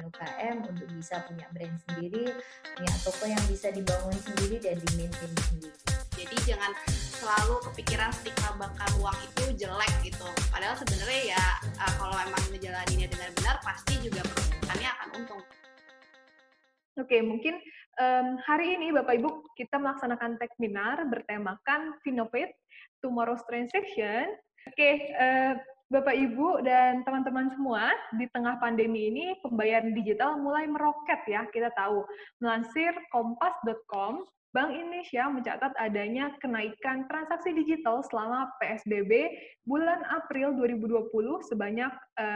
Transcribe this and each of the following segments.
UKM untuk bisa punya brand sendiri, punya toko yang bisa dibangun sendiri dan di-maintain sendiri. Jadi jangan selalu kepikiran stigma bakar uang itu jelek gitu. Padahal sebenarnya ya kalau emang ngejalaninnya dengan benar pasti juga perusahaannya akan untung. Oke, mungkin hari ini Bapak Ibu kita melaksanakan webinar bertemakan Finovate Tomorrow's Transaction. Oke, Bapak Ibu dan teman-teman semua, di tengah pandemi ini pembayaran digital mulai meroket ya, kita tahu. Melansir kompas.com, Bank Indonesia mencatat adanya kenaikan transaksi digital selama PSBB bulan April 2020 sebanyak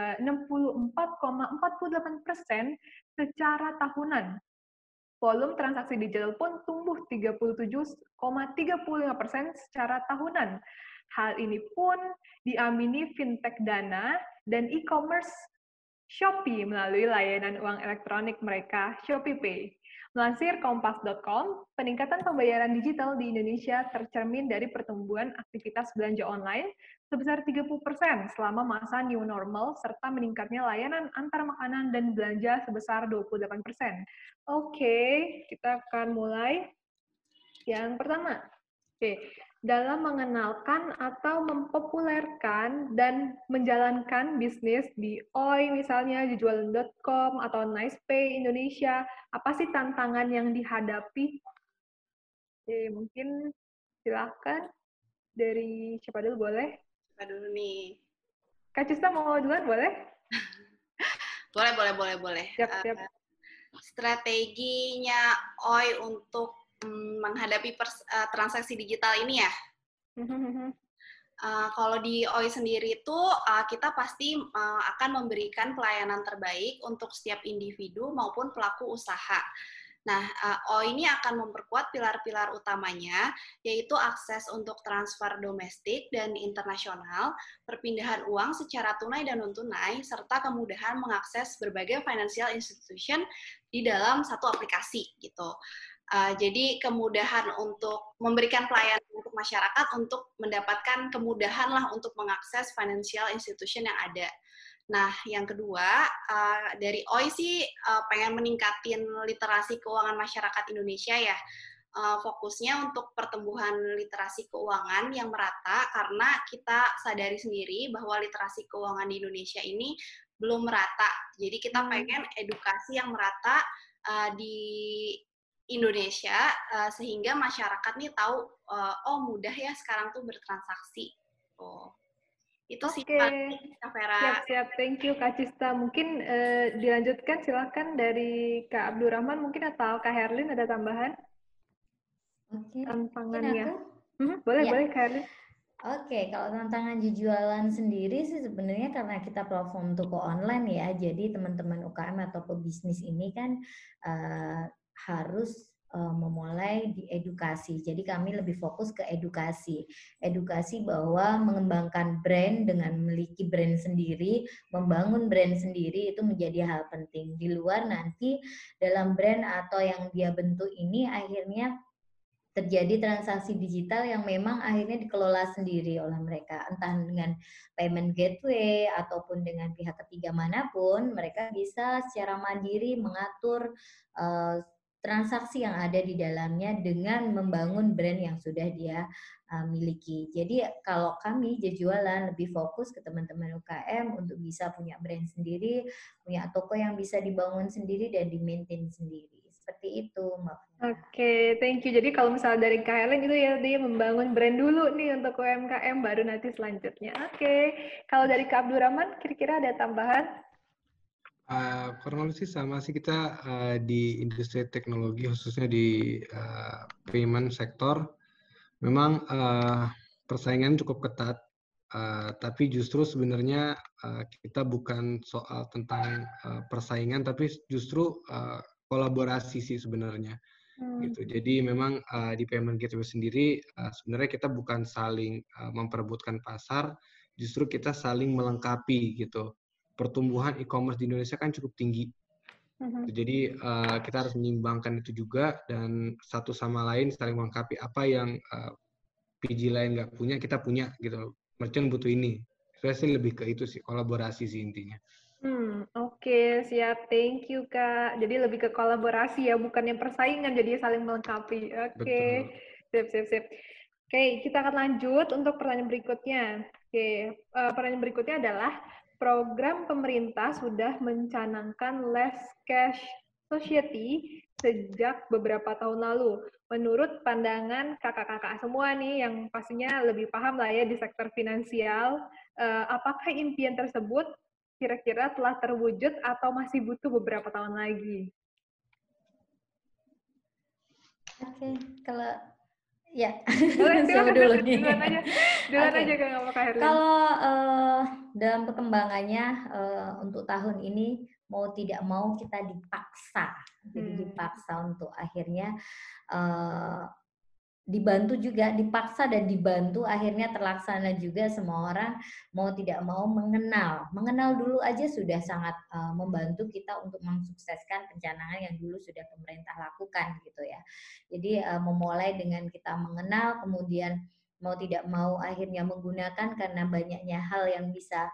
64,48% secara tahunan. Volume transaksi digital pun tumbuh 37,35% secara tahunan. Hal ini pun diamini fintech Dana dan e-commerce Shopee melalui layanan uang elektronik mereka, ShopeePay. Melansir kompas.com, peningkatan pembayaran digital di Indonesia tercermin dari pertumbuhan aktivitas belanja online sebesar 30% selama masa new normal, serta meningkatnya layanan antar makanan dan belanja sebesar 28%. Oke, kita akan mulai. Yang pertama, dalam mengenalkan atau mempopulerkan dan menjalankan bisnis di OI misalnya, di jualan.com atau NicePay Indonesia, apa sih tantangan yang dihadapi? Mungkin silakan dari siapa dulu boleh? Siapa dulu nih? Kak Cista mau duluan boleh? Boleh. Siap. Strateginya OI untuk menghadapi transaksi digital ini ya. Kalau di OI sendiri itu kita pasti akan memberikan pelayanan terbaik untuk setiap individu maupun pelaku usaha. Nah, OI ini akan memperkuat pilar-pilar utamanya, yaitu akses untuk transfer domestik dan internasional, perpindahan uang secara tunai dan non-tunai, serta kemudahan mengakses berbagai financial institution di dalam satu aplikasi gitu. Jadi kemudahan untuk memberikan pelayanan untuk masyarakat untuk mendapatkan kemudahan lah untuk mengakses financial institution yang ada. Nah, yang kedua, dari OI sih pengen meningkatin literasi keuangan masyarakat Indonesia ya. Fokusnya untuk pertumbuhan literasi keuangan yang merata, karena kita sadari sendiri bahwa literasi keuangan di Indonesia ini belum merata. Jadi kita pengen edukasi yang merata di Indonesia, sehingga masyarakat nih tahu, oh mudah ya sekarang tuh bertransaksi. Itu sih Kak Vera. Siap. Thank you Kak Cista. Mungkin dilanjutkan silakan dari Kak Abdurrahman mungkin atau Kak Herlin ada tambahan? Oke. Tantangannya. Boleh Kak Herlin. Oke, kalau tantangan jualan sendiri sih sebenarnya karena kita platform toko online ya, jadi teman-teman UKM atau pebisnis ini kan harus memulai di edukasi. Jadi kami lebih fokus ke edukasi bahwa mengembangkan brand dengan memiliki brand sendiri, membangun brand sendiri itu menjadi hal penting. Di luar nanti dalam brand atau yang dia bentuk ini akhirnya terjadi transaksi digital yang memang akhirnya dikelola sendiri oleh mereka, entah dengan payment gateway ataupun dengan pihak ketiga manapun, mereka bisa secara mandiri mengatur transaksi yang ada di dalamnya dengan membangun brand yang sudah dia miliki. Jadi kalau kami jualan lebih fokus ke teman-teman UKM untuk bisa punya brand sendiri, punya toko yang bisa dibangun sendiri dan di-maintain sendiri. Seperti itu, Mbak. Oke, thank you. Jadi kalau misalnya dari Kak Helen itu ya dia membangun brand dulu nih untuk UMKM, baru nanti selanjutnya. Oke, kalau dari Kak Abdurrahman, kira-kira ada tambahan? Kurang lebih sih sama sih kita di industri teknologi khususnya di payment sektor memang persaingan cukup ketat, tapi justru sebenarnya kita bukan soal tentang persaingan, tapi justru kolaborasi sih sebenarnya. Gitu. Jadi memang di payment gateway sendiri sebenarnya kita bukan saling memperebutkan pasar, justru kita saling melengkapi gitu. Pertumbuhan e-commerce di Indonesia kan cukup tinggi. Jadi kita harus menyimbangkan itu juga dan satu sama lain saling melengkapi. Apa yang PG lain nggak punya, kita punya gitu. Merchant butuh ini. Saya sih lebih ke itu sih, kolaborasi sih intinya. Oke, siap. Thank you, Kak. Jadi lebih ke kolaborasi ya, bukan yang persaingan, jadi saling melengkapi. Oke, Betul. sip. Oke, kita akan lanjut untuk pertanyaan berikutnya. Oke, pertanyaan berikutnya adalah program pemerintah sudah mencanangkan less cash society sejak beberapa tahun lalu. Menurut pandangan kakak-kakak semua nih, yang pastinya lebih paham lah ya di sektor finansial, apakah impian tersebut kira-kira telah terwujud atau masih butuh beberapa tahun lagi? Oke, kalau ya, Boleh, siapa silakan dulu Kak. nih? Duluan Oke, aja Kak, nggak apa-apa, Kak Herlin. kalau dalam perkembangannya untuk tahun ini mau tidak mau kita dipaksa, jadi dipaksa untuk akhirnya dibantu juga, dipaksa dan dibantu akhirnya terlaksana juga. Semua orang mau tidak mau mengenal dulu aja sudah sangat membantu kita untuk mensukseskan pencanangan yang dulu sudah pemerintah lakukan gitu ya. Jadi memulai dengan kita mengenal, kemudian mau tidak mau akhirnya menggunakan karena banyaknya hal yang bisa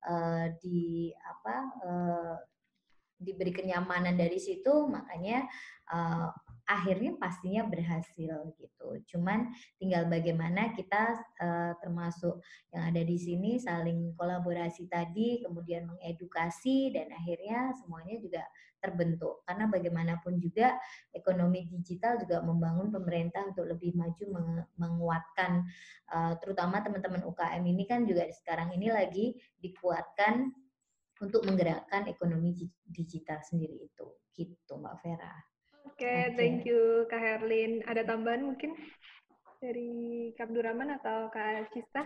diberi kenyamanan dari situ, makanya akhirnya pastinya berhasil gitu. Cuman tinggal bagaimana kita termasuk yang ada di sini saling kolaborasi tadi, kemudian mengedukasi dan akhirnya semuanya juga terbentuk. Karena bagaimanapun juga ekonomi digital juga membangun pemerintah untuk lebih maju menguatkan terutama teman-teman UKM ini kan juga sekarang ini lagi dikuatkan untuk menggerakkan ekonomi digital sendiri itu. Gitu Mbak Vera. Oke, thank you Kak Herlin. Ada tambahan mungkin dari Kak Abdurrahman atau Kak Cista?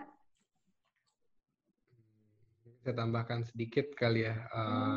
Saya tambahkan sedikit kali ya,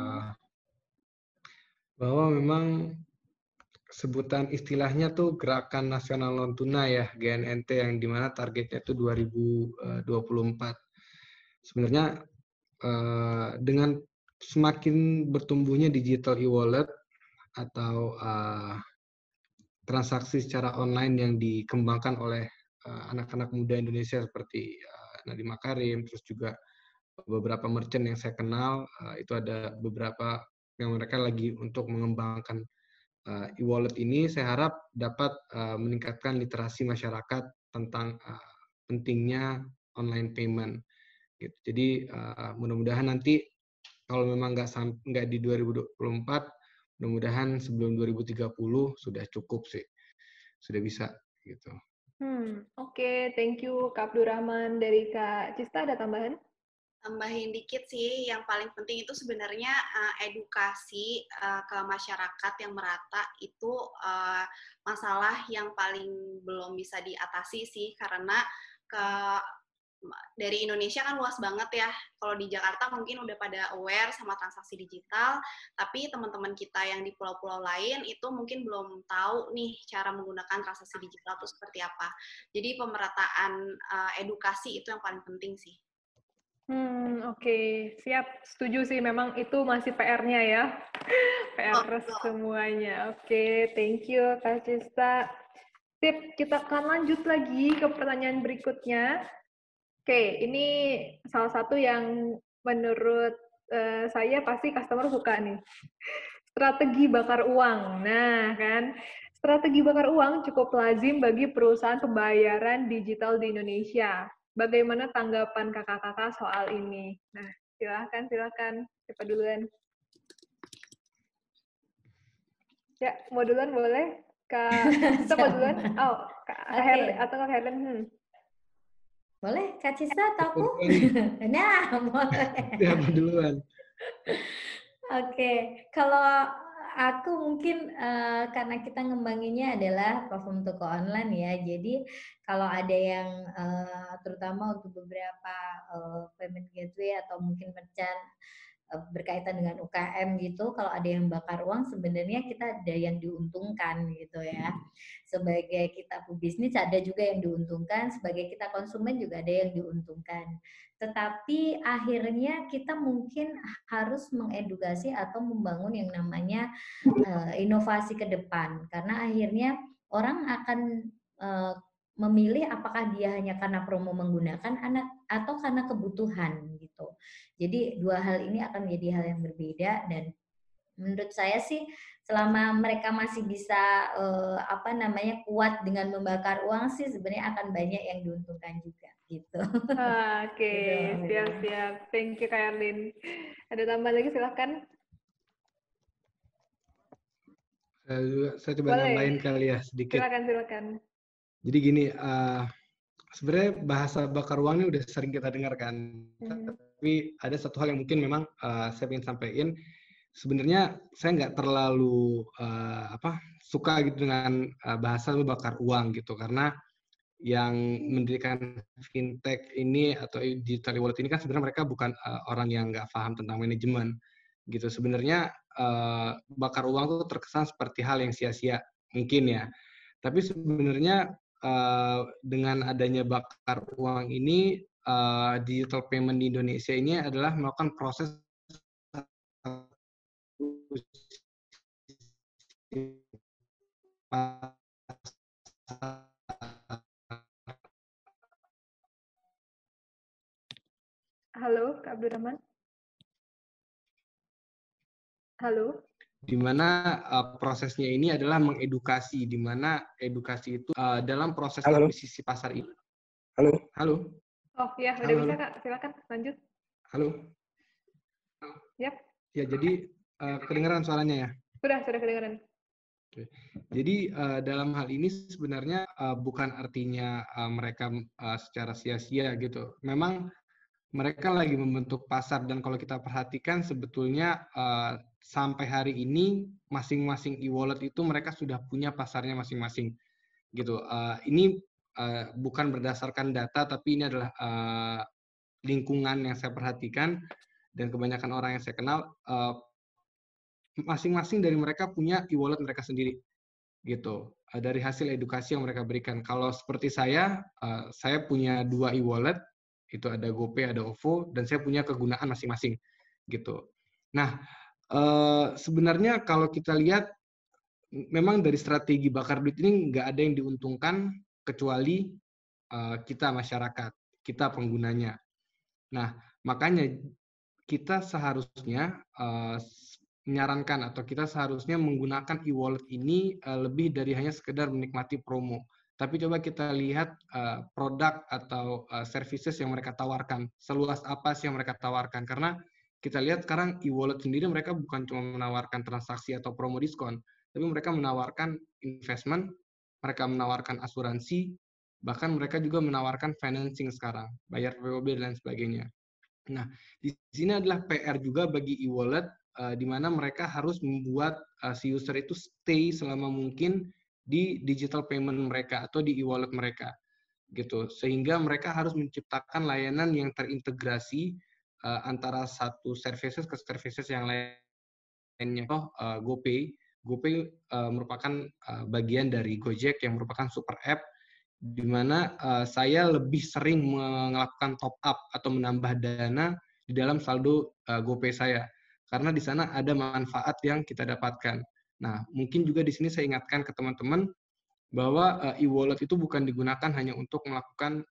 bahwa memang sebutan istilahnya tuh Gerakan Nasional Non Tunai ya, GNNT, yang dimana targetnya itu 2024. Sebenarnya dengan semakin bertumbuhnya digital e-wallet atau transaksi secara online yang dikembangkan oleh anak-anak muda Indonesia seperti Nadiem Makarim, terus juga beberapa merchant yang saya kenal, itu ada beberapa yang mereka lagi untuk mengembangkan e-wallet ini. Saya harap dapat meningkatkan literasi masyarakat tentang pentingnya online payment. Gitu. Jadi mudah-mudahan nanti kalau memang nggak di 2024, mudah-mudahan sebelum 2030 sudah cukup sih, sudah bisa gitu. Oke, thank you Kak Abdurrahman. Dari Kak Cista ada tambahan? Tambahin dikit sih, yang paling penting itu sebenarnya edukasi ke masyarakat yang merata itu masalah yang paling belum bisa diatasi sih, karena dari Indonesia kan luas banget ya. Kalau di Jakarta mungkin udah pada aware sama transaksi digital, tapi teman-teman kita yang di pulau-pulau lain itu mungkin belum tahu nih cara menggunakan transaksi digital itu seperti apa. Jadi pemerataan edukasi itu yang paling penting sih. Oke, siap. Setuju sih, memang itu masih PR-nya ya. PR semuanya. Oke, thank you Kak Cista. Sip, kita akan lanjut lagi ke pertanyaan berikutnya. Oke, ini salah satu yang menurut saya pasti customer suka nih. Strategi bakar uang. Nah, kan, strategi bakar uang cukup lazim bagi perusahaan pembayaran digital di Indonesia. Bagaimana tanggapan kakak-kakak soal ini? Nah, silakan. Siapa duluan? Ya, mau duluan boleh? Kak Cista mau duluan? Oh, Kak Herlin atau Kak Herlin? Boleh, Kak Cista atau aku? Nah, boleh. Siapa duluan? Oke, kalau aku mungkin karena kita ngembanginnya adalah platform toko online ya, jadi kalau ada yang terutama untuk beberapa payment gateway atau mungkin merchant berkaitan dengan UKM gitu, kalau ada yang bakar uang sebenarnya kita ada yang diuntungkan gitu ya. Sebagai kita pebisnis ada juga yang diuntungkan, sebagai kita konsumen juga ada yang diuntungkan. Tetapi akhirnya kita mungkin harus mengedukasi atau membangun yang namanya inovasi ke depan, karena akhirnya orang akan memilih apakah dia hanya karena promo menggunakan atau karena kebutuhan gitu. Jadi dua hal ini akan menjadi hal yang berbeda, dan menurut saya sih selama mereka masih bisa kuat dengan membakar uang sih sebenarnya akan banyak yang diuntungkan juga gitu. Oke, Gitu, Mbak Firly. siap-siap. Thank you, Kak Erlin. Ada tambahan lagi, silahkan. Saya coba Boleh. nambahin kali ya sedikit. Silakan. Jadi gini, sebenarnya bahasa bakar uang ini udah sering kita dengar kan. Tapi ada satu hal yang mungkin memang saya ingin sampaikan. Sebenarnya saya nggak terlalu suka gitu dengan bahasa bakar uang gitu, karena yang mendirikan fintech ini atau digital wallet ini kan sebenarnya mereka bukan orang yang nggak paham tentang manajemen gitu. Sebenarnya bakar uang itu terkesan seperti hal yang sia-sia mungkin ya. Tapi sebenarnya dengan adanya bakar uang ini, digital payment di Indonesia ini adalah melakukan proses Halo, Kak Abdurrahman. Halo. Di mana prosesnya ini adalah mengedukasi, di mana edukasi itu dalam proses akuisisi pasar ini. Halo. Oh ya, udah bisa Kak, silakan lanjut. Halo. Yap. Ya, jadi kedengaran suaranya ya? Sudah kedengaran. Oke. Jadi dalam hal ini sebenarnya bukan artinya mereka secara sia-sia gitu. Memang mereka lagi membentuk pasar, dan kalau kita perhatikan sebetulnya sampai hari ini masing-masing e-wallet itu mereka sudah punya pasarnya masing-masing gitu. Ini bukan berdasarkan data, tapi ini adalah lingkungan yang saya perhatikan dan kebanyakan orang yang saya kenal, masing-masing dari mereka punya e-wallet mereka sendiri gitu. Dari hasil edukasi yang mereka berikan. Kalau seperti saya punya 2 e-wallet, itu ada GoPay, ada OVO, dan saya punya kegunaan masing-masing gitu. Nah, sebenarnya kalau kita lihat, memang dari strategi bakar duit ini nggak ada yang diuntungkan kecuali kita masyarakat, kita penggunanya. Nah, makanya kita seharusnya menyarankan atau kita seharusnya menggunakan e-wallet ini lebih dari hanya sekedar menikmati promo. Tapi coba kita lihat produk atau services yang mereka tawarkan. Seluas apa sih yang mereka tawarkan? Karena kita lihat sekarang e-wallet sendiri mereka bukan cuma menawarkan transaksi atau promo diskon, tapi mereka menawarkan investment, mereka menawarkan asuransi, bahkan mereka juga menawarkan financing sekarang, bayar POB dan lain sebagainya. Nah, di sini adalah PR juga bagi e-wallet, di mana mereka harus membuat si user itu stay selama mungkin di digital payment mereka atau di e-wallet mereka gitu, sehingga mereka harus menciptakan layanan yang terintegrasi antara satu services ke services yang lainnya. GoPay merupakan bagian dari Gojek yang merupakan super app di mana saya lebih sering melakukan top up atau menambah dana di dalam saldo GoPay saya, karena di sana ada manfaat yang kita dapatkan. Nah, mungkin juga di sini saya ingatkan ke teman-teman bahwa e-wallet itu bukan digunakan hanya untuk melakukan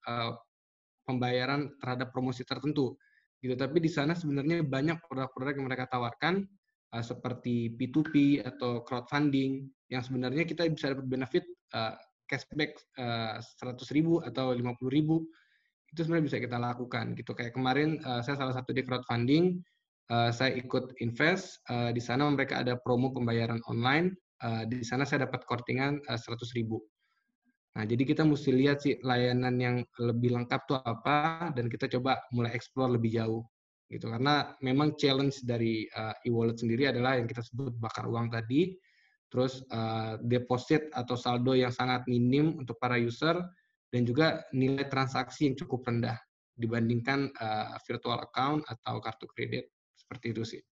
pembayaran terhadap promosi tertentu, gitu. Tapi di sana sebenarnya banyak produk-produk yang mereka tawarkan seperti P2P atau crowdfunding yang sebenarnya kita bisa dapat benefit cashback 100.000 atau 50.000, itu sebenarnya bisa kita lakukan gitu. Kayak kemarin saya salah satu di crowdfunding, saya ikut invest, di sana mereka ada promo pembayaran online, di sana saya dapat kortingan 100.000. Nah, jadi kita mesti lihat sih layanan yang lebih lengkap tuh apa, dan kita coba mulai explore lebih jauh gitu. Karena memang challenge dari e-wallet sendiri adalah yang kita sebut bakar uang tadi, terus deposit atau saldo yang sangat minim untuk para user, dan juga nilai transaksi yang cukup rendah dibandingkan virtual account atau kartu kredit, seperti itu sih.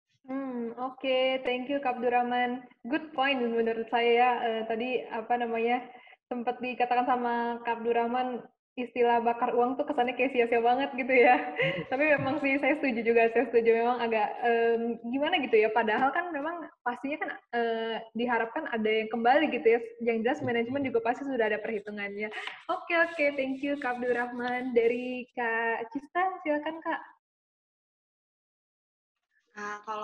Oke, thank you Kak Abdurrahman. Good point menurut saya ya. Tadi sempat dikatakan sama Kak Abdurrahman, istilah bakar uang tuh kesannya kayak sia-sia banget gitu ya. Tapi memang sih saya setuju juga, memang agak gimana gitu ya. Padahal kan memang pastinya kan diharapkan ada yang kembali gitu ya. Yang jelas manajemen juga pasti sudah ada perhitungannya. Oke, thank you Kak Abdurrahman. Dari Kak Cista, silakan Kak.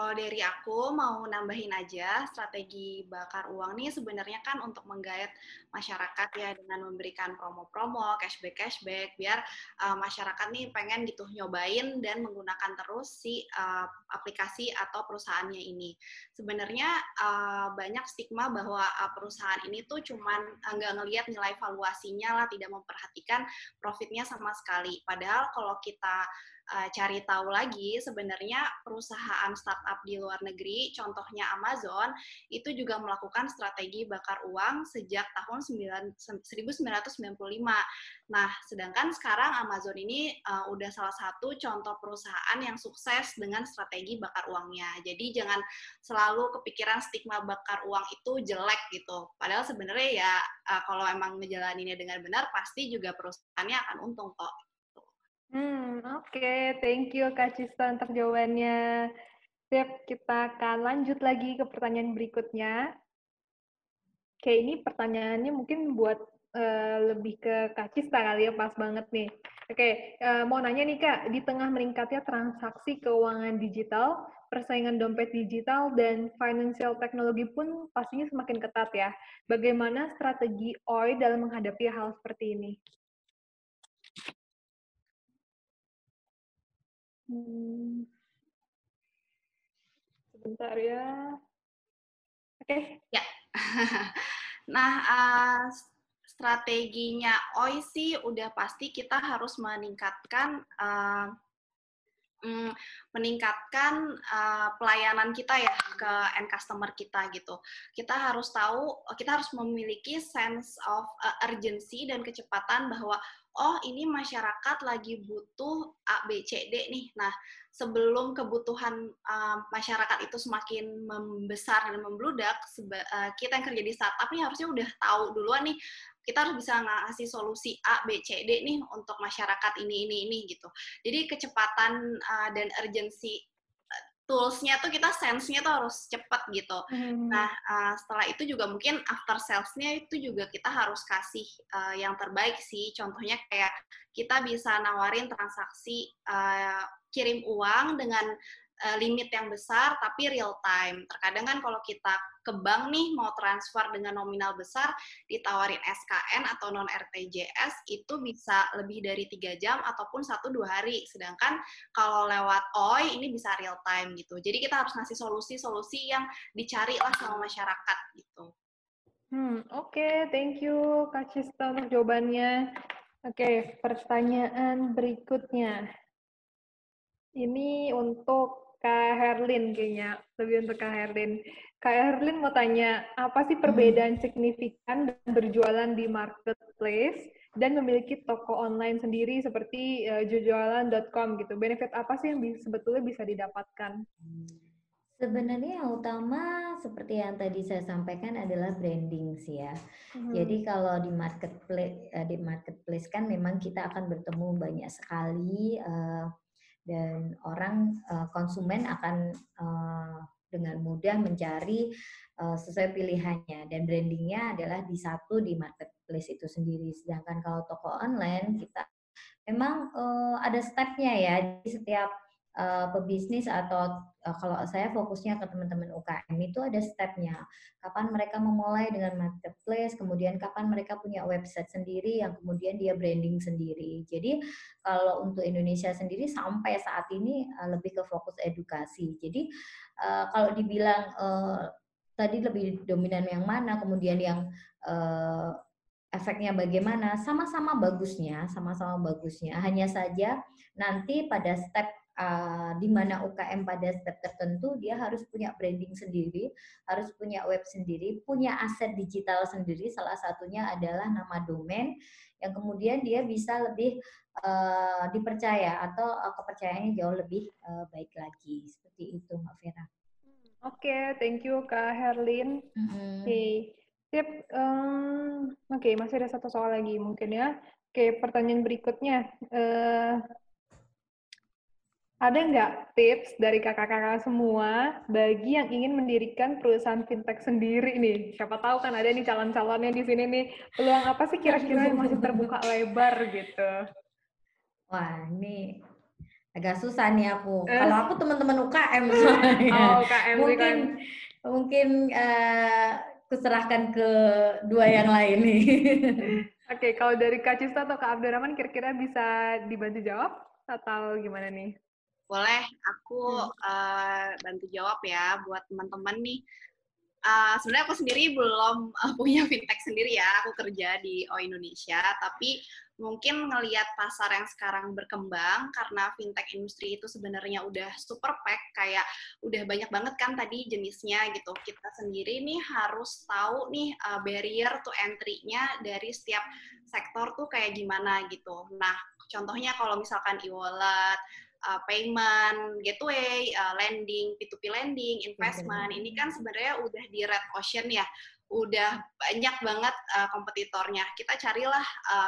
kalau dari aku mau nambahin aja, strategi bakar uang nih sebenarnya kan untuk menggait masyarakat ya dengan memberikan promo-promo, cashback, biar masyarakat nih pengen gitu nyobain dan menggunakan terus si aplikasi atau perusahaannya ini. Sebenarnya banyak stigma bahwa perusahaan ini tuh cuman nggak ngelihat nilai valuasinya lah, tidak memperhatikan profitnya sama sekali. Padahal kalau kita cari tahu lagi, sebenarnya perusahaan startup di luar negeri, contohnya Amazon, itu juga melakukan strategi bakar uang sejak tahun 1995. Nah, sedangkan sekarang Amazon ini udah salah satu contoh perusahaan yang sukses dengan strategi bakar uangnya. Jadi jangan selalu kepikiran stigma bakar uang itu jelek gitu. Padahal sebenarnya ya kalau emang ngejalaninnya dengan benar, pasti juga perusahaannya akan untung kok. Oke. Thank you Kak Cista untuk jawabannya. Sip, kita akan lanjut lagi ke pertanyaan berikutnya. Oke, ini pertanyaannya mungkin buat lebih ke Kak Cista kali ya, pas banget nih. Oke, mau nanya nih Kak, di tengah meningkatnya transaksi keuangan digital, persaingan dompet digital, dan financial technology pun pastinya semakin ketat ya. Bagaimana strategi OI dalam menghadapi hal seperti ini? Sebentar ya. Oke. Ya. Nah, strateginya OI sih udah pasti kita harus meningkatkan pelayanan kita ya ke end customer kita gitu. Kita harus tahu, kita harus memiliki sense of urgency dan kecepatan bahwa oh ini masyarakat lagi butuh A, B, C, D nih. Nah, sebelum kebutuhan masyarakat itu semakin membesar dan membludak, kita yang kerja di startup nih harusnya udah tahu duluan nih, kita harus bisa ngasih solusi A, B, C, D nih untuk masyarakat ini gitu. Jadi kecepatan dan urgency tools-nya tuh kita sense-nya tuh harus cepat gitu. Nah, setelah itu juga mungkin after sales-nya itu juga kita harus kasih yang terbaik sih. Contohnya kayak kita bisa nawarin transaksi kirim uang dengan limit yang besar tapi real time. Terkadang kan kalau kita ke bank nih mau transfer dengan nominal besar, ditawarin SKN atau non-RTGS itu bisa lebih dari 3 jam ataupun 1-2 hari. Sedangkan kalau lewat OI ini bisa real time gitu. Jadi kita harus ngasih solusi-solusi yang dicari lah sama masyarakat gitu. Oke, thank you Kak Cista untuk jawabannya. Oke, pertanyaan berikutnya. Ini untuk Kak Herlin kayaknya, lebih untuk Kak Herlin. Kak Herlin mau tanya, apa sih perbedaan signifikan dan berjualan di marketplace dan memiliki toko online sendiri seperti jualan.com gitu? Benefit apa sih yang sebetulnya bisa didapatkan? Sebenarnya yang utama seperti yang tadi saya sampaikan adalah branding sih ya. Jadi kalau di marketplace kan memang kita akan bertemu banyak sekali dan orang konsumen akan dengan mudah mencari sesuai pilihannya, dan brandingnya adalah di marketplace itu sendiri. Sedangkan kalau toko online kita memang ada stepnya ya. Jadi setiap pebisnis atau kalau saya fokusnya ke teman-teman UKM itu ada stepnya. Kapan mereka memulai dengan marketplace, kemudian kapan mereka punya website sendiri yang kemudian dia branding sendiri. Jadi kalau untuk Indonesia sendiri sampai saat ini lebih ke fokus edukasi. Jadi kalau dibilang tadi lebih dominan yang mana, kemudian yang efeknya bagaimana, sama-sama bagusnya. Hanya saja nanti pada step di mana UKM pada step tertentu dia harus punya branding sendiri, harus punya web sendiri, punya aset digital sendiri. Salah satunya adalah nama domain yang kemudian dia bisa lebih dipercaya atau kepercayaannya jauh lebih baik lagi. Seperti itu, Mbak Vera. Oke, thank you Kak Herlin. Sip. Oke, masih ada satu soal lagi mungkin ya. Oke, pertanyaan berikutnya. Ada nggak tips dari kakak-kakak semua bagi yang ingin mendirikan perusahaan fintech sendiri nih? Siapa tahu kan ada nih calon-calonnya di sini nih. Peluang apa sih kira-kira yang masih terbuka lebar gitu? Wah, ini Agak susah nih aku. Kalau aku teman-teman UKM soalnya. Oh, UKM sih kan. Mungkin kuserahkan ke dua yang lain nih. Oke, kalau dari Kak Cista atau Kak Abdurrahman kira-kira bisa dibantu jawab atau gimana nih? Boleh, aku bantu jawab ya buat teman-teman nih. Sebenarnya aku sendiri belum punya fintech sendiri ya, aku kerja di O Indonesia, tapi mungkin ngelihat pasar yang sekarang berkembang karena fintech industri itu sebenarnya udah super pack, kayak udah banyak banget kan tadi jenisnya gitu. Kita sendiri nih harus tahu nih barrier to entry-nya dari setiap sektor tuh kayak gimana gitu. Nah, contohnya kalau misalkan e-wallet, payment, gateway, lending, P2P lending, investment, ini kan sebenarnya udah di red ocean ya, udah banyak banget kompetitornya. Kita carilah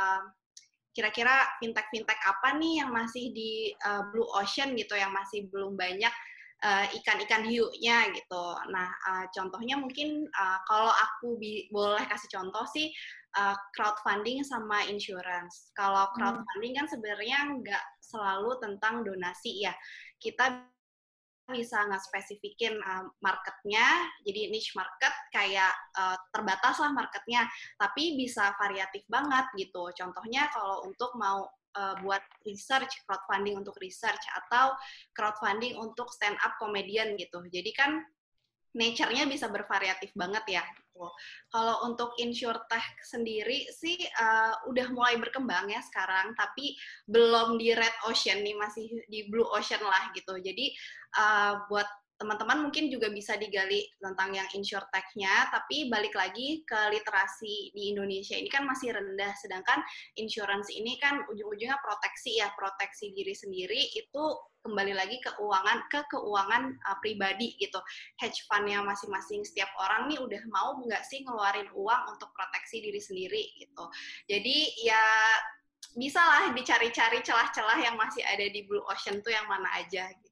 kira-kira fintech-fintech apa nih yang masih di blue ocean gitu, yang masih belum banyak ikan-ikan hiunya gitu. Nah, contohnya mungkin kalau aku boleh kasih contoh sih, crowdfunding sama insurance. Kalau crowdfunding kan sebenarnya nggak selalu tentang donasi ya. Kita bisa nge-spesifikin marketnya, jadi niche market kayak terbatas lah marketnya, tapi bisa variatif banget gitu. Contohnya kalau untuk mau buat research, crowdfunding untuk research, atau crowdfunding untuk stand up comedian gitu. Jadi kan nature-nya bisa bervariatif banget ya. Gitu. Kalau untuk insurtech sendiri sih udah mulai berkembang ya sekarang, tapi belum di red ocean nih, masih di blue ocean lah gitu. Jadi buat teman-teman mungkin juga bisa digali tentang yang insurtech-nya, tapi balik lagi ke literasi di Indonesia ini kan masih rendah, sedangkan insurance ini kan ujung-ujungnya proteksi ya, proteksi diri sendiri, itu kembali lagi ke keuangan pribadi gitu. Hedge fund-nya masing-masing setiap orang nih udah mau nggak sih ngeluarin uang untuk proteksi diri sendiri gitu. Jadi ya bisa lah dicari-cari celah-celah yang masih ada di blue ocean tuh yang mana aja gitu.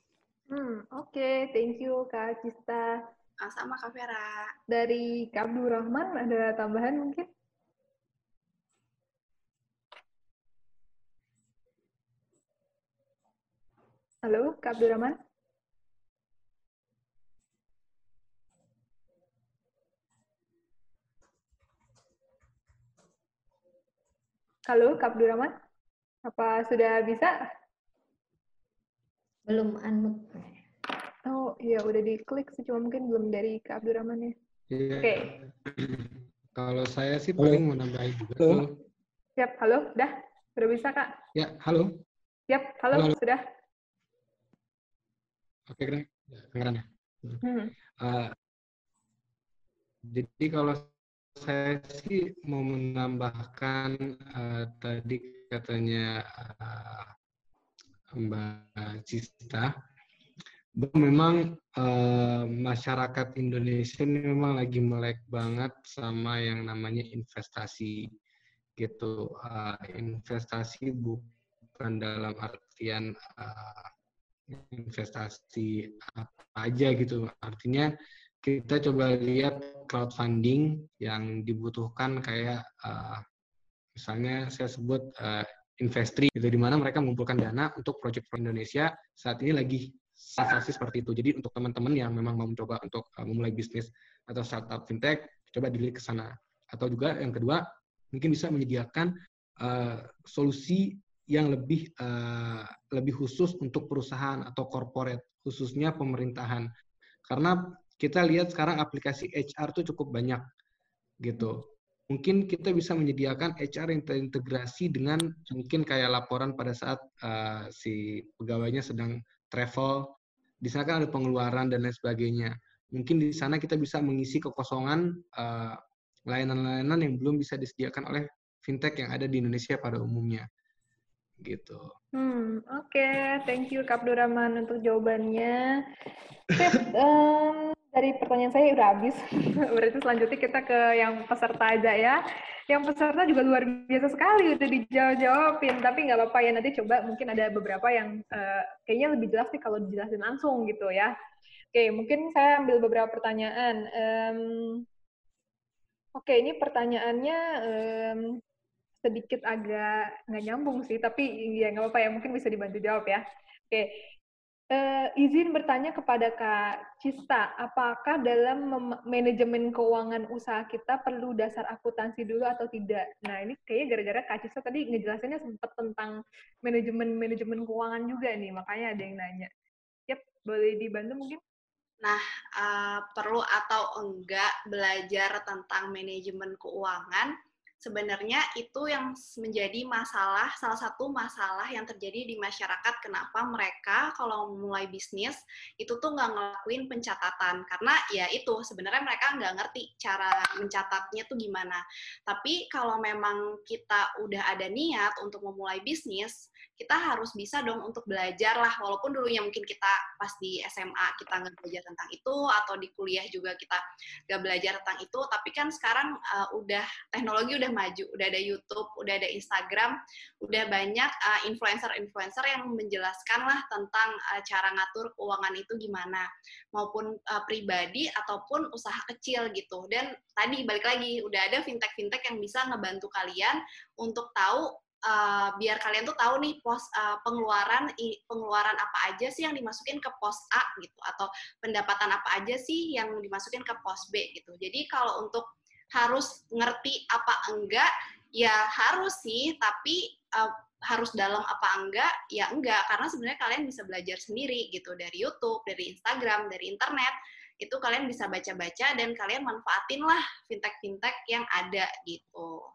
Oke, thank you Kak Cista. Sama Kak Vera. Dari Kak Abdurrahman ada tambahan mungkin? Halo, Kak Abdurrahman? Halo, Kak Abdurrahman? Apa sudah bisa? Belum unmute. Oh iya, udah diklik sih, cuma mungkin belum dari Kak Abdurrahman ya. Iya. Oke. Kalau saya sih paling mau nambahin juga. Halo. Siap, halo, udah? Sudah bisa, Kak? Ya, halo. Siap, halo, sudah? Oke, kedengeran ya. Jadi kalau saya sih mau menambahkan tadi katanya Mbak Cista, bahwa memang masyarakat Indonesia ini memang lagi melek banget sama yang namanya investasi gitu. Investasi bukan dalam artian investasi apa aja gitu. Artinya kita coba lihat crowdfunding yang dibutuhkan kayak misalnya saya sebut Investri, itu di mana mereka mengumpulkan dana untuk proyek Indonesia saat ini lagi sensasi seperti itu. Jadi untuk teman-teman yang memang mau mencoba untuk memulai bisnis atau startup fintech, coba dilihat ke sana. Atau juga yang kedua, mungkin bisa menyediakan solusi yang lebih khusus untuk perusahaan atau corporate, khususnya pemerintahan. Karena kita lihat sekarang aplikasi HR itu cukup banyak gitu. Mungkin kita bisa menyediakan HR yang terintegrasi dengan mungkin kayak laporan pada saat si pegawainya sedang travel. Di sana kan ada pengeluaran dan lain sebagainya. Mungkin di sana kita bisa mengisi kekosongan layanan-layanan yang belum bisa disediakan oleh fintech yang ada di Indonesia pada umumnya. Gitu. Oke, thank you Kak Abdurrahman untuk jawabannya. Sip, dari pertanyaan saya udah habis. Berarti selanjutnya kita ke yang peserta aja ya. Yang peserta juga luar biasa sekali udah dijawab-jawabin. Tapi nggak apa-apa ya, nanti coba mungkin ada beberapa yang kayaknya lebih jelas sih kalau dijelasin langsung gitu ya. Oke, mungkin saya ambil beberapa pertanyaan. Oke, ini pertanyaannya sedikit agak nggak nyambung sih, tapi ya nggak apa-apa ya, mungkin bisa dibantu jawab ya. Oke. Izin bertanya kepada Kak Cista, apakah dalam manajemen keuangan usaha kita perlu dasar akuntansi dulu atau tidak? Nah, ini kayaknya gara-gara Kak Cista tadi ngejelasinnya sempat tentang manajemen keuangan juga nih, makanya ada yang nanya. Yap, boleh dibantu mungkin? Nah, perlu atau enggak belajar tentang manajemen keuangan, sebenarnya itu yang menjadi masalah, salah satu masalah yang terjadi di masyarakat. Kenapa mereka kalau mulai bisnis itu tuh nggak ngelakuin pencatatan, karena ya itu sebenarnya mereka nggak ngerti cara mencatatnya tuh gimana. Tapi kalau memang kita udah ada niat untuk memulai bisnis, kita harus bisa dong untuk belajar lah, walaupun dulunya mungkin kita pas di SMA kita nggak belajar tentang itu, atau di kuliah juga kita nggak belajar tentang itu, tapi kan sekarang udah teknologi udah maju, udah ada YouTube, udah ada Instagram, udah banyak influencer-influencer yang menjelaskan lah tentang cara ngatur keuangan itu gimana, maupun pribadi ataupun usaha kecil gitu. Dan tadi balik lagi, udah ada fintech-fintech yang bisa ngebantu kalian untuk tahu, biar kalian tuh tahu nih pengeluaran apa aja sih yang dimasukin ke pos A gitu, atau pendapatan apa aja sih yang dimasukin ke pos B gitu. Jadi kalau untuk harus ngerti apa enggak, ya harus sih, tapi harus dalam apa enggak, ya enggak, karena sebenarnya kalian bisa belajar sendiri gitu, dari YouTube, dari Instagram, dari internet, itu kalian bisa baca-baca dan kalian manfaatin lah fintech-fintech yang ada gitu.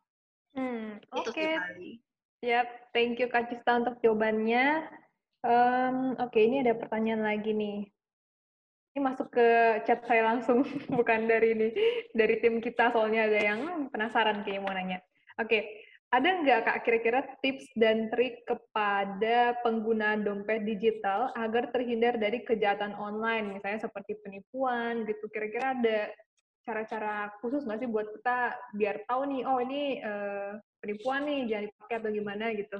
Itu sih Oke. paling. Yap, thank you Kak Cista untuk jawabannya. Oke, ini ada pertanyaan lagi nih. Ini masuk ke chat saya langsung, bukan dari tim kita, soalnya ada yang penasaran kayaknya mau nanya. Oke, ada nggak Kak kira-kira tips dan trik kepada pengguna dompet digital agar terhindar dari kejahatan online, misalnya seperti penipuan gitu, kira-kira ada cara-cara khusus nggak sih buat kita biar tahu nih, oh ini penipuan nih, jangan dipakai atau gimana gitu?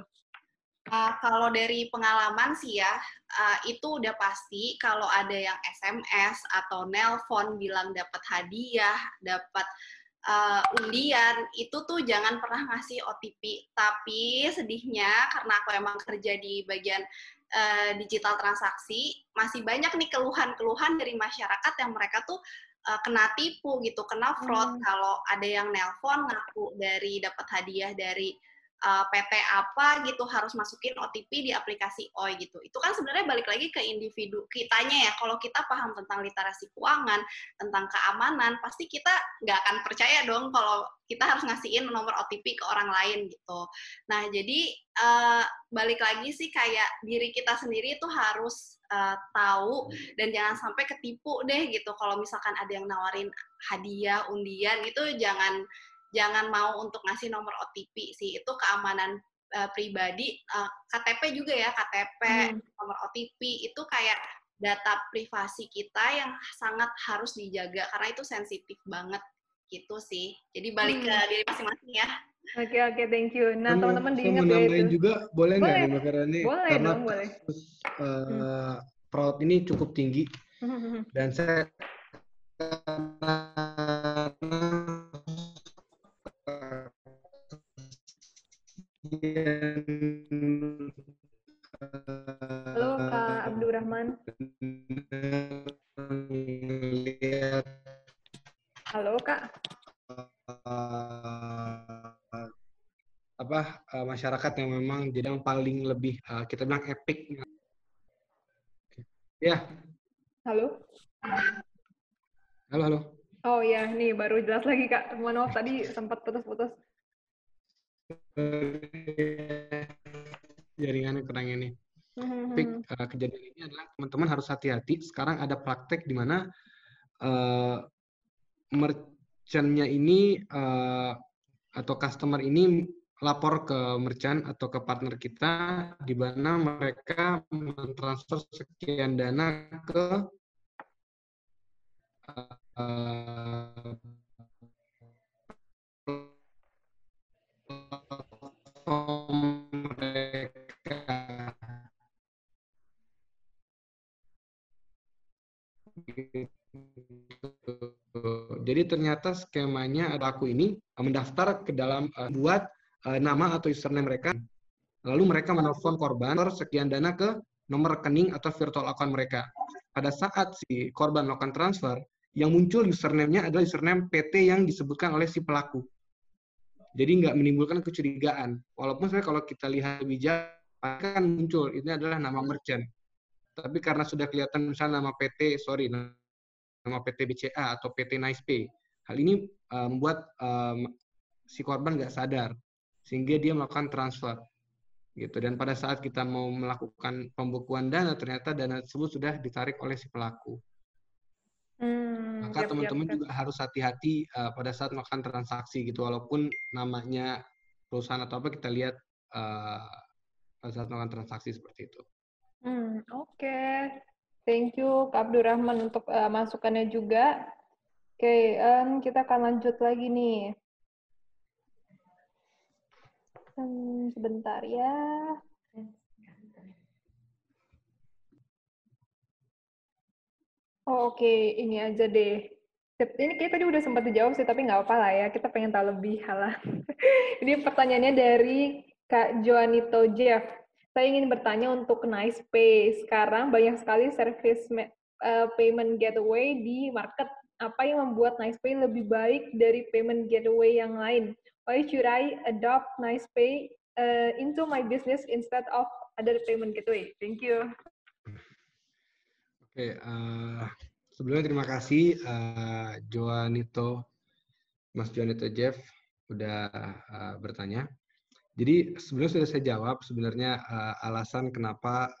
Kalau dari pengalaman sih ya, itu udah pasti kalau ada yang SMS atau nelpon bilang dapat hadiah, dapat undian, itu tuh jangan pernah ngasih OTP. Tapi sedihnya, karena aku emang kerja di bagian digital transaksi, masih banyak nih keluhan-keluhan dari masyarakat yang mereka tuh kena tipu gitu, kena fraud. Kalau ada yang nelpon ngaku dari dapat hadiah dari PT apa gitu, harus masukin OTP di aplikasi OI gitu. Itu kan sebenarnya balik lagi ke individu kitanya ya. Kalau kita paham tentang literasi keuangan, tentang keamanan, pasti kita nggak akan percaya dong kalau kita harus ngasihin nomor OTP ke orang lain gitu. Nah, jadi balik lagi sih kayak diri kita sendiri itu harus tahu dan jangan sampai ketipu deh gitu. Kalau misalkan ada yang nawarin hadiah, undian, itu jangan mau untuk ngasih nomor OTP sih. Itu keamanan pribadi. KTP juga ya, KTP, nomor OTP, itu kayak data privasi kita yang sangat harus dijaga, karena itu sensitif banget gitu sih. Jadi balik ke diri masing-masing ya. Oke, thank you. Nah, teman-teman diingat ya itu. Saya mau nambahin juga, boleh nggak nih Mbak Karani? Boleh karena dong, boleh. Kasus fraud ini cukup tinggi. Dan saya Halo Kak Abdurrahman. Halo Kak. Masyarakat yang memang jadi yang paling lebih kita bilang epic. Ya. Halo. Oh ya, nih baru jelas lagi Kak. Mohon maaf tadi sempat putus-putus. Jaringannya kurang ini. Tapi kejadian ini adalah teman-teman harus hati-hati. Sekarang ada praktek di mana merchant-nya ini atau customer ini lapor ke merchant atau ke partner kita di mana mereka mentransfer sekian dana ke Jadi ternyata skemanya pelaku ini mendaftar ke dalam buat nama atau username mereka, lalu mereka menelpon korban sekian dana ke nomor rekening atau virtual account mereka. Pada saat si korban melakukan transfer, yang muncul username-nya adalah username PT yang disebutkan oleh si pelaku. Jadi nggak menimbulkan kecurigaan. Walaupun sebenarnya kalau kita lihat bijak, akan muncul, ini adalah nama merchant. Tapi karena sudah kelihatan misalnya nama PT, nama PT BCA atau PT NicePay, hal ini membuat si korban nggak sadar, sehingga dia melakukan transfer. Gitu. Dan pada saat kita mau melakukan pembukuan dana, ternyata dana tersebut sudah ditarik oleh si pelaku. Maka teman-teman juga harus hati-hati pada saat melakukan transaksi gitu, walaupun namanya perusahaan atau apa, kita lihat pada saat melakukan transaksi seperti itu. Oke. Thank you Kak Abdurrahman untuk masukannya juga. Oke, kita akan lanjut lagi nih. Sebentar ya. Oh, oke, ini aja deh. Ini kayak tadi udah sempat dijawab sih, tapi nggak apa-apa lah ya. Kita pengen tahu lebih, halah. Ini pertanyaannya dari Kak Joanito Jeff. Saya ingin bertanya untuk NicePay. Sekarang banyak sekali service payment gateway di market. Apa yang membuat NicePay lebih baik dari payment gateway yang lain? Why should I adopt NicePay into my business instead of other payment gateway? Thank you. Oke, sebelumnya terima kasih Mas Joanito Jeff udah bertanya. Jadi sebelumnya sudah saya jawab sebenarnya alasan kenapa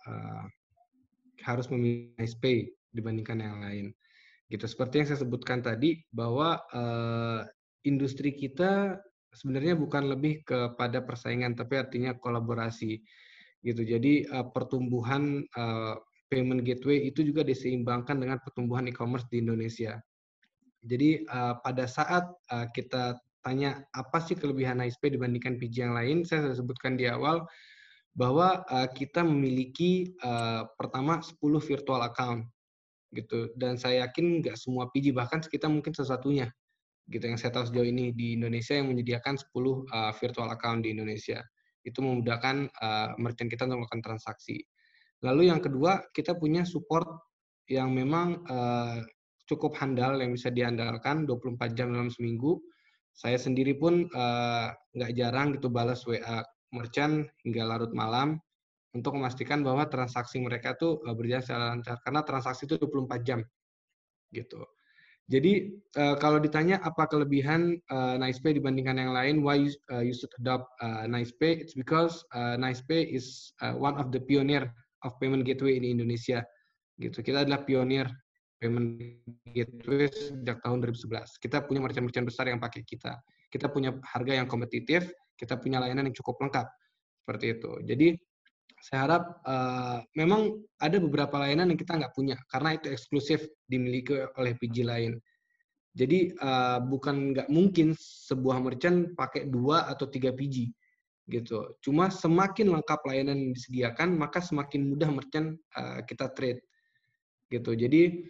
harus memilih NicePay dibandingkan yang lain. Gitu. Seperti yang saya sebutkan tadi bahwa industri kita sebenarnya bukan lebih kepada persaingan, tapi artinya kolaborasi. Gitu. Jadi pertumbuhan payment gateway itu juga diseimbangkan dengan pertumbuhan e-commerce di Indonesia. Jadi pada saat kita tanya apa sih kelebihan NicePay dibandingkan PG yang lain, saya sudah sebutkan di awal bahwa kita memiliki pertama 10 virtual account gitu, dan saya yakin nggak semua PG, bahkan kita mungkin satu-satunya gitu yang saya tahu sejauh ini di Indonesia yang menyediakan 10 virtual account di Indonesia. Itu memudahkan merchant kita untuk melakukan transaksi. Lalu yang kedua, kita punya support yang memang cukup handal, yang bisa diandalkan 24 jam dalam seminggu. Saya sendiri pun nggak jarang gitu balas WA merchant hingga larut malam untuk memastikan bahwa transaksi mereka tuh berjalan secara lancar, karena transaksi itu 24 jam gitu. Jadi kalau ditanya apa kelebihan NicePay dibandingkan yang lain, why you should adopt NicePay? It's because NicePay is one of the pioneer of payment gateway in Indonesia. Gitu. Kita adalah pionir payment gateway sejak tahun 2011. Kita punya merchant-merchant besar yang pakai kita. Kita punya harga yang kompetitif, kita punya layanan yang cukup lengkap. Seperti itu. Jadi saya harap memang ada beberapa layanan yang kita nggak punya karena itu eksklusif dimiliki oleh PG lain. Jadi bukan nggak mungkin sebuah merchant pakai 2 atau 3 PG gitu. Cuma semakin lengkap layanan yang disediakan, maka semakin mudah merchant kita trade gitu. Jadi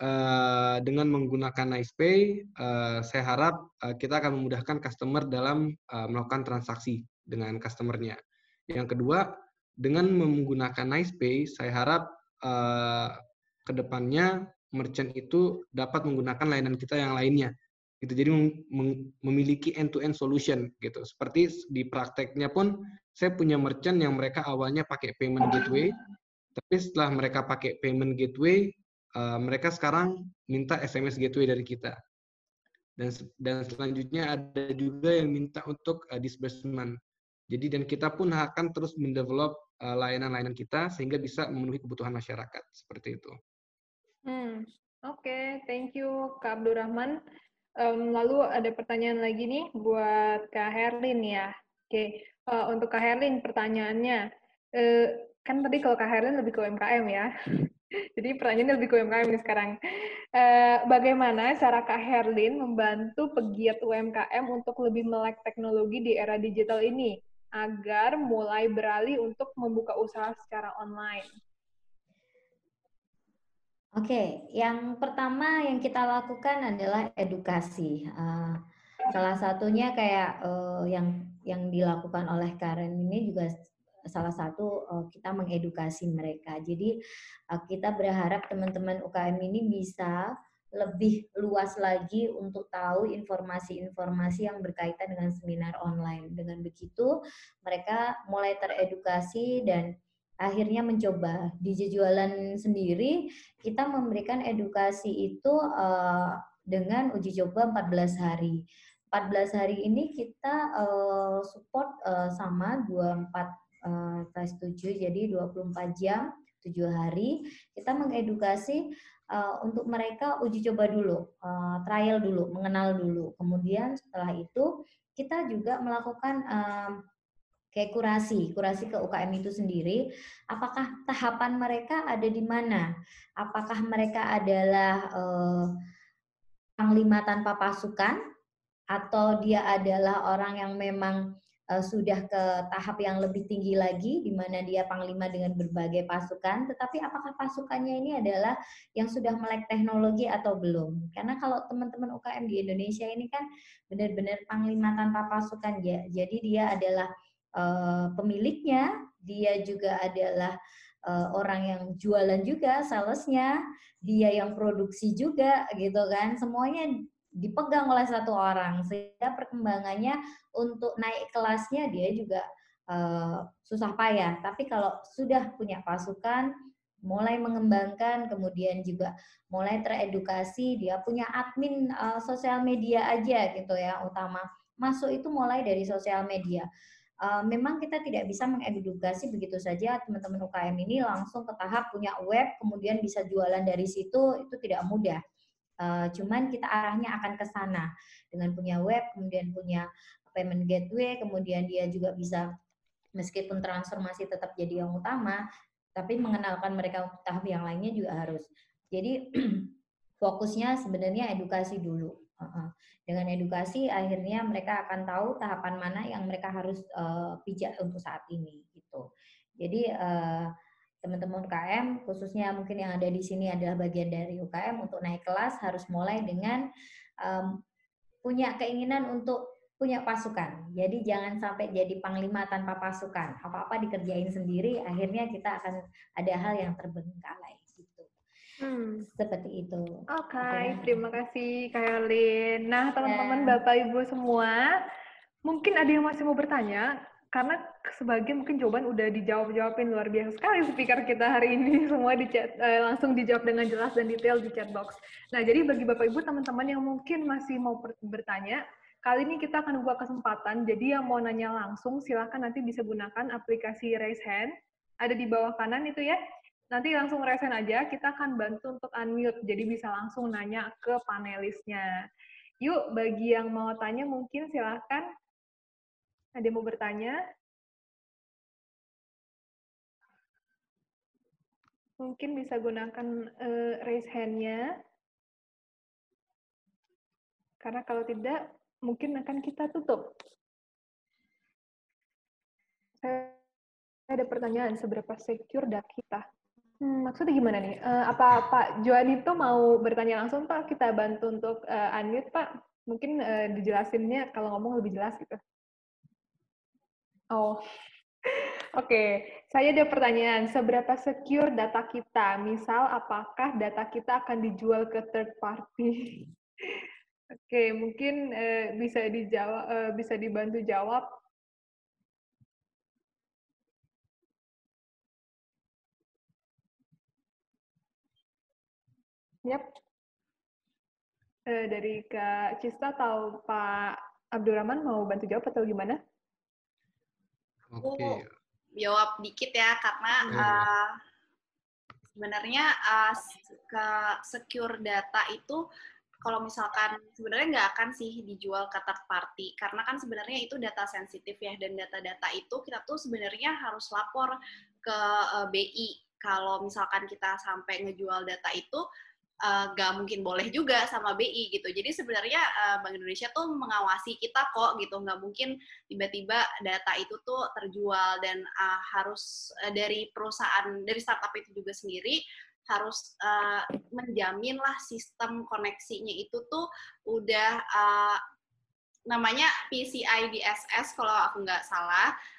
dengan menggunakan NicePay, saya harap kita akan memudahkan customer dalam melakukan transaksi dengan customernya. Yang kedua, dengan menggunakan NicePay, saya harap ke depannya merchant itu dapat menggunakan layanan kita yang lainnya. Gitu. Jadi memiliki end-to-end solution gitu. Seperti di prakteknya pun saya punya merchant yang mereka awalnya pakai payment gateway, tapi setelah mereka pakai payment gateway, mereka sekarang minta SMS gateway dari kita. Dan selanjutnya ada juga yang minta untuk disbursement. Jadi dan kita pun akan terus mendevelop layanan-layanan kita sehingga bisa memenuhi kebutuhan masyarakat seperti itu. Oke, thank you Kak Abdurrahman. Lalu ada pertanyaan lagi nih buat Kak Herlin ya. Oke, untuk Kak Herlin pertanyaannya, kan tadi kalau Kak Herlin lebih ke UMKM ya. Jadi pertanyaannya lebih ke UMKM nih sekarang. Bagaimana cara Kak Herlin membantu pegiat UMKM untuk lebih melek teknologi di era digital ini agar mulai beralih untuk membuka usaha secara online? Oke, yang pertama yang kita lakukan adalah edukasi. Salah satunya kayak yang dilakukan oleh Karen ini juga salah satu kita mengedukasi mereka. Jadi kita berharap teman-teman UKM ini bisa lebih luas lagi untuk tahu informasi-informasi yang berkaitan dengan seminar online. Dengan begitu mereka mulai teredukasi dan akhirnya mencoba. Di Jualan sendiri kita memberikan edukasi itu dengan uji coba 14 hari. 14 hari ini kita support sama 24/7, jadi 24 jam, 7 hari. Kita mengedukasi untuk mereka uji coba dulu, trial dulu, mengenal dulu. Kemudian setelah itu kita juga melakukan kayak kurasi ke UKM itu sendiri. Apakah tahapan mereka ada di mana? Apakah mereka adalah panglima tanpa pasukan, atau dia adalah orang yang memang sudah ke tahap yang lebih tinggi lagi, di mana dia panglima dengan berbagai pasukan, tetapi apakah pasukannya ini adalah yang sudah melek teknologi atau belum? Karena kalau teman-teman UKM di Indonesia ini kan benar-benar panglima tanpa pasukan, ya. Jadi dia adalah pemiliknya, dia juga adalah orang yang jualan juga, salesnya, dia yang produksi juga, gitu kan, semuanya dipegang oleh satu orang, sehingga perkembangannya untuk naik kelasnya dia juga susah payah. Tapi kalau sudah punya pasukan, mulai mengembangkan, kemudian juga mulai teredukasi, dia punya admin sosial media aja gitu ya, utama masuk itu mulai dari sosial media. Memang kita tidak bisa mengedukasi begitu saja teman-teman UKM ini langsung ke tahap punya web, kemudian bisa jualan dari situ, itu tidak mudah. Cuman kita arahnya akan ke sana dengan punya web, kemudian punya payment gateway, kemudian dia juga bisa meskipun transformasi tetap jadi yang utama, tapi mengenalkan mereka untuk tahap yang lainnya juga harus. Jadi fokusnya sebenarnya edukasi dulu. Dengan edukasi akhirnya mereka akan tahu tahapan mana yang mereka harus pijak untuk saat ini gitu. Jadi teman-teman UKM, khususnya mungkin yang ada di sini adalah bagian dari UKM, untuk naik kelas harus mulai dengan punya keinginan untuk punya pasukan. Jadi jangan sampai jadi panglima tanpa pasukan. Apa-apa dikerjain sendiri, akhirnya kita akan ada hal yang terbengkalai. Gitu. Seperti itu. Oke, terima kasih Kak Herlin. Nah, teman-teman, Bapak Ibu semua, mungkin ada yang masih mau bertanya, karena sebagian mungkin jawaban udah dijawabin luar biasa sekali speaker kita hari ini, semua langsung dijawab dengan jelas dan detail di chat box. Nah, jadi bagi Bapak Ibu teman-teman yang mungkin masih mau bertanya, kali ini kita akan buka kesempatan, jadi yang mau nanya langsung silakan nanti bisa gunakan aplikasi Raise Hand, ada di bawah kanan itu ya. Nanti langsung raise hand aja, kita akan bantu untuk unmute, jadi bisa langsung nanya ke panelisnya. Yuk, bagi yang mau tanya mungkin silakan. Ada yang mau bertanya? Mungkin bisa gunakan raise hand-nya. Karena kalau tidak, mungkin akan kita tutup. Saya ada pertanyaan, seberapa secure data kita? Maksudnya gimana nih? Apa Pak Joan itu mau bertanya langsung, Pak? Kita bantu untuk unmute, Pak. Mungkin dijelasinnya kalau ngomong lebih jelas gitu. Oh, oke. Saya ada pertanyaan, seberapa secure data kita? Misal, apakah data kita akan dijual ke third party? Oke, mungkin bisa dijawab, bisa dibantu jawab. Yap. Dari Kak Cista atau Pak Abdurrahman mau bantu jawab atau gimana? Aku jawab dikit ya, karena sebenarnya ke secure data itu kalau misalkan sebenarnya nggak akan sih dijual ke third party, karena kan sebenarnya itu data sensitif ya, dan data-data itu kita tuh sebenarnya harus lapor ke BI. Kalau misalkan kita sampai ngejual data itu, nggak mungkin boleh juga sama BI gitu. Jadi sebenarnya Bank Indonesia tuh mengawasi kita kok gitu, nggak mungkin tiba-tiba data itu tuh terjual, dan harus dari perusahaan, dari startup itu juga sendiri harus menjamin lah sistem koneksinya itu tuh udah namanya PCI DSS kalau aku nggak salah,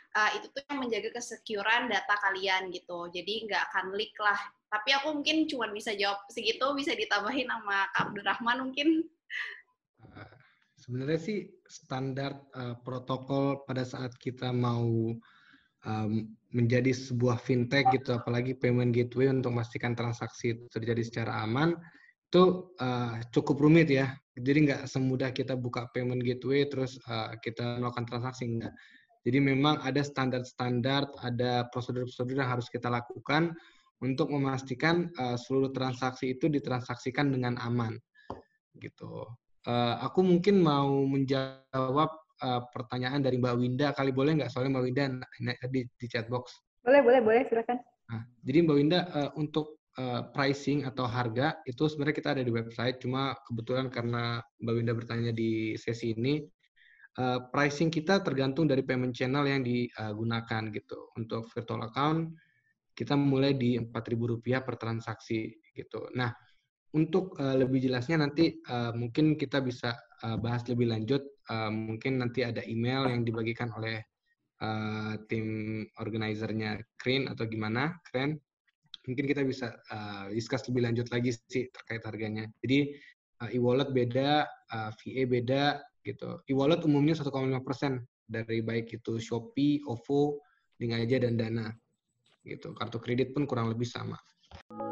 itu tuh yang menjaga kesecurean data kalian gitu. Jadi nggak akan leak lah. Tapi aku mungkin cuma bisa jawab segitu, bisa ditambahin sama Kak Abdurrahman mungkin. Sebenarnya sih standar protokol pada saat kita mau menjadi sebuah fintech gitu, apalagi payment gateway untuk memastikan transaksi itu terjadi secara aman, itu cukup rumit ya. Jadi nggak semudah kita buka payment gateway terus kita melakukan transaksi, enggak. Jadi memang ada standar-standar, ada prosedur-prosedur yang harus kita lakukan untuk memastikan seluruh transaksi itu ditransaksikan dengan aman, gitu. Aku mungkin mau menjawab pertanyaan dari Mbak Winda, kali boleh nggak? Soalnya Mbak Winda di chat box. Boleh, silakan. Nah, jadi Mbak Winda, untuk pricing atau harga itu sebenarnya kita ada di website, cuma kebetulan karena Mbak Winda bertanya di sesi ini, pricing kita tergantung dari payment channel yang digunakan gitu. Untuk virtual account kita mulai di Rp4.000 per transaksi gitu. Nah, untuk lebih jelasnya nanti mungkin kita bisa bahas lebih lanjut. Mungkin nanti ada email yang dibagikan oleh tim organizernya Kren atau gimana, Kren. Mungkin kita bisa discuss lebih lanjut lagi sih terkait harganya. Jadi e-wallet beda, VA beda gitu. E-wallet umumnya 1,5% dari baik itu Shopee, OVO, Link Aja dan Dana gitu. Kartu kredit pun kurang lebih sama.